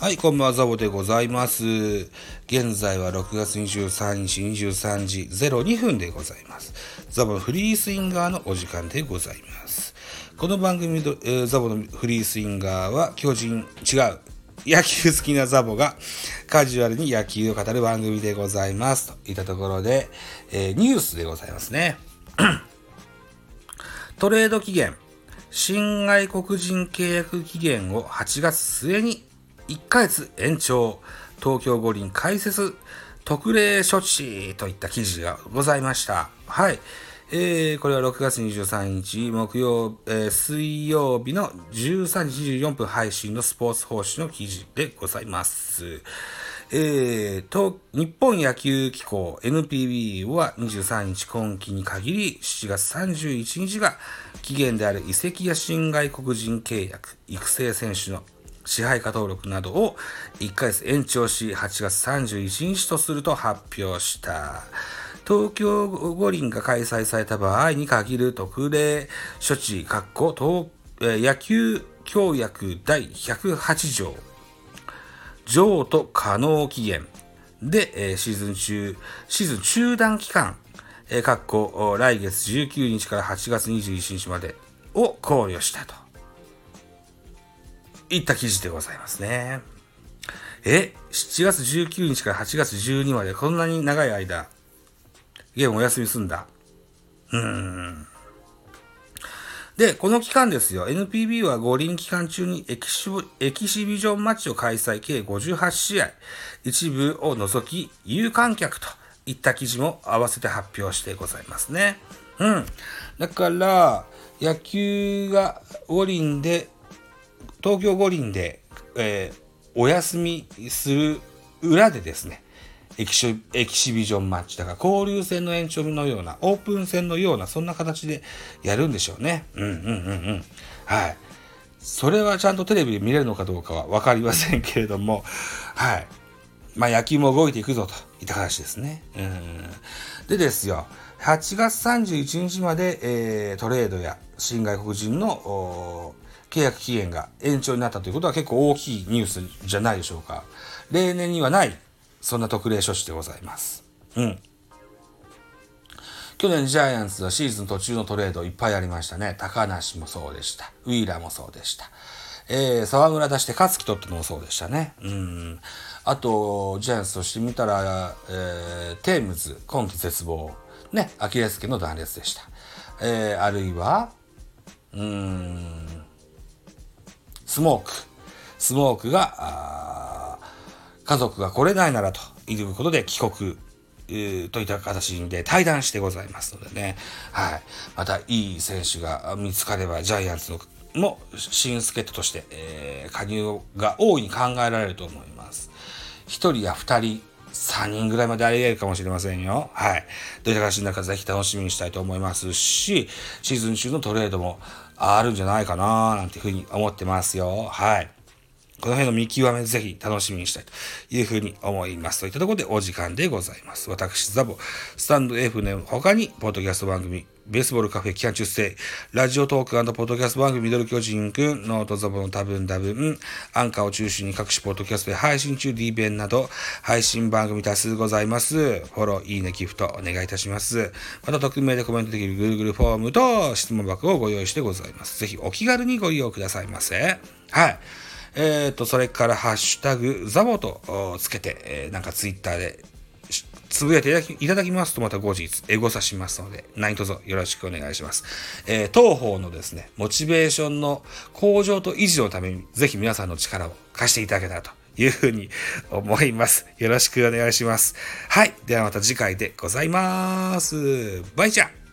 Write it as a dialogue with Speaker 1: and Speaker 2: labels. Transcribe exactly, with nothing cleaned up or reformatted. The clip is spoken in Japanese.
Speaker 1: はい、こんばんは、ザボでございます。現在はろくがつにじゅうさんにちにじゅうさんじゼロにふんでございます。ザボのフリースインガーのお時間でございます。この番組の、えー、ザボのフリースインガーは巨人、違う、野球好きなザボがカジュアルに野球を語る番組でございます。といったところで、えー、ニュースでございますね。トレード期限、新外国人契約期限をはちがつすえにいっかげつ延長、東京五輪開設特例処置といった記事がございました。はい。えー、これはろくがつにじゅうさんにち木曜、えー、水曜日のじゅうさんじにじゅうよんぷん配信のスポーツ報知の記事でございます。えー、と日本野球機構 エヌピービー はにじゅうさんにち今期に限りしちがつさんじゅういちにちが期限である移籍や新外国人契約、育成選手の支配下登録などをいっかげつ延長しはちがつさんじゅういちにちとすると発表した。東京五輪が開催された場合に限る特例処置、野球協約だいひゃくはちじょう、譲渡可能期限でシーズン中、シーズン中断期間、来月じゅうくにちからはちがつにじゅういちにちまでを考慮したといった記事でございますね。え、しちがつじゅうくにちからはちがつじゅうににちまでこんなに長い間、ゲームお休みすんだ。うーん。で、この期間ですよ、エヌピービー は五輪期間中にエキシブ、エキシビジョンマッチを開催計ごじゅうはちしあい、一部を除き有観客といった記事も合わせて発表してございますね。うん。だから、野球が五輪で、東京五輪で、えー、お休みする裏でですね、エキシ、エキシビジョンマッチだから交流戦の延長のような、オープン戦のような、そんな形でやるんでしょうね。うんうんうんうん。はい。それはちゃんとテレビで見れるのかどうかは分かりませんけれども、はい。まあ野球も動いていくぞといった話ですね。うん。でですよ、はちがつさんじゅういちにちまで、えー、トレードや新外国人の契約期限が延長になったということは結構大きいニュースじゃないでしょうか。例年にはないそんな特例処置でございます。うん。去年ジャイアンツはシーズン途中のトレードいっぱいありましたね。高梨もそうでした。ウィーラーもそうでした。えー、沢村出して勝木取ったのもそうでしたね。うん。あと、ジャイアンツとしてみたら、えー、テームズ、今季絶望。ね、アキレス腱の断裂でした。えー、あるいは、うーん、スモーク。スモークが、家族が来れないならということで帰国、えー、といった形で対談してございますのでね。はい。またいい選手が見つかればジャイアンツのも新助っ人として、えー、加入が大いに考えられると思います。一人や二人、三人ぐらいまであり得るかもしれませんよ。はい。どういった形になるかぜひ楽しみにしたいと思いますし、シーズン中のトレードもあるんじゃないかななんていうふうに思ってますよ。はい。この辺の見極めぜひ楽しみにしたいというふうに思います。といったところでお時間でございます。私、ザボ、スタンド エフエム の他に、ポッドキャスト番組、ベースボールカフェ期間中世、ラジオトーク&ポッドキャスト番組、ミドル巨人くん、ノートザボの多分多分、アンカーを中心に各種ポッドキャストで配信中 D 弁など、配信番組多数ございます。フォロー、いいね、ギフトお願いいたします。また、匿名でコメントできる Google フォームと質問箱をご用意してございます。ぜひお気軽にご利用くださいませ。はい。えっと、それからハッシュタグ、ザボとつけて、えー、なんかツイッターでつぶやいていただき、いただきますとまた後日エゴサしますので、何卒よろしくお願いします。えー、当方のですね、モチベーションの向上と維持のために、ぜひ皆さんの力を貸していただけたらというふうに思います。よろしくお願いします。はい。ではまた次回でございます。バイチャー。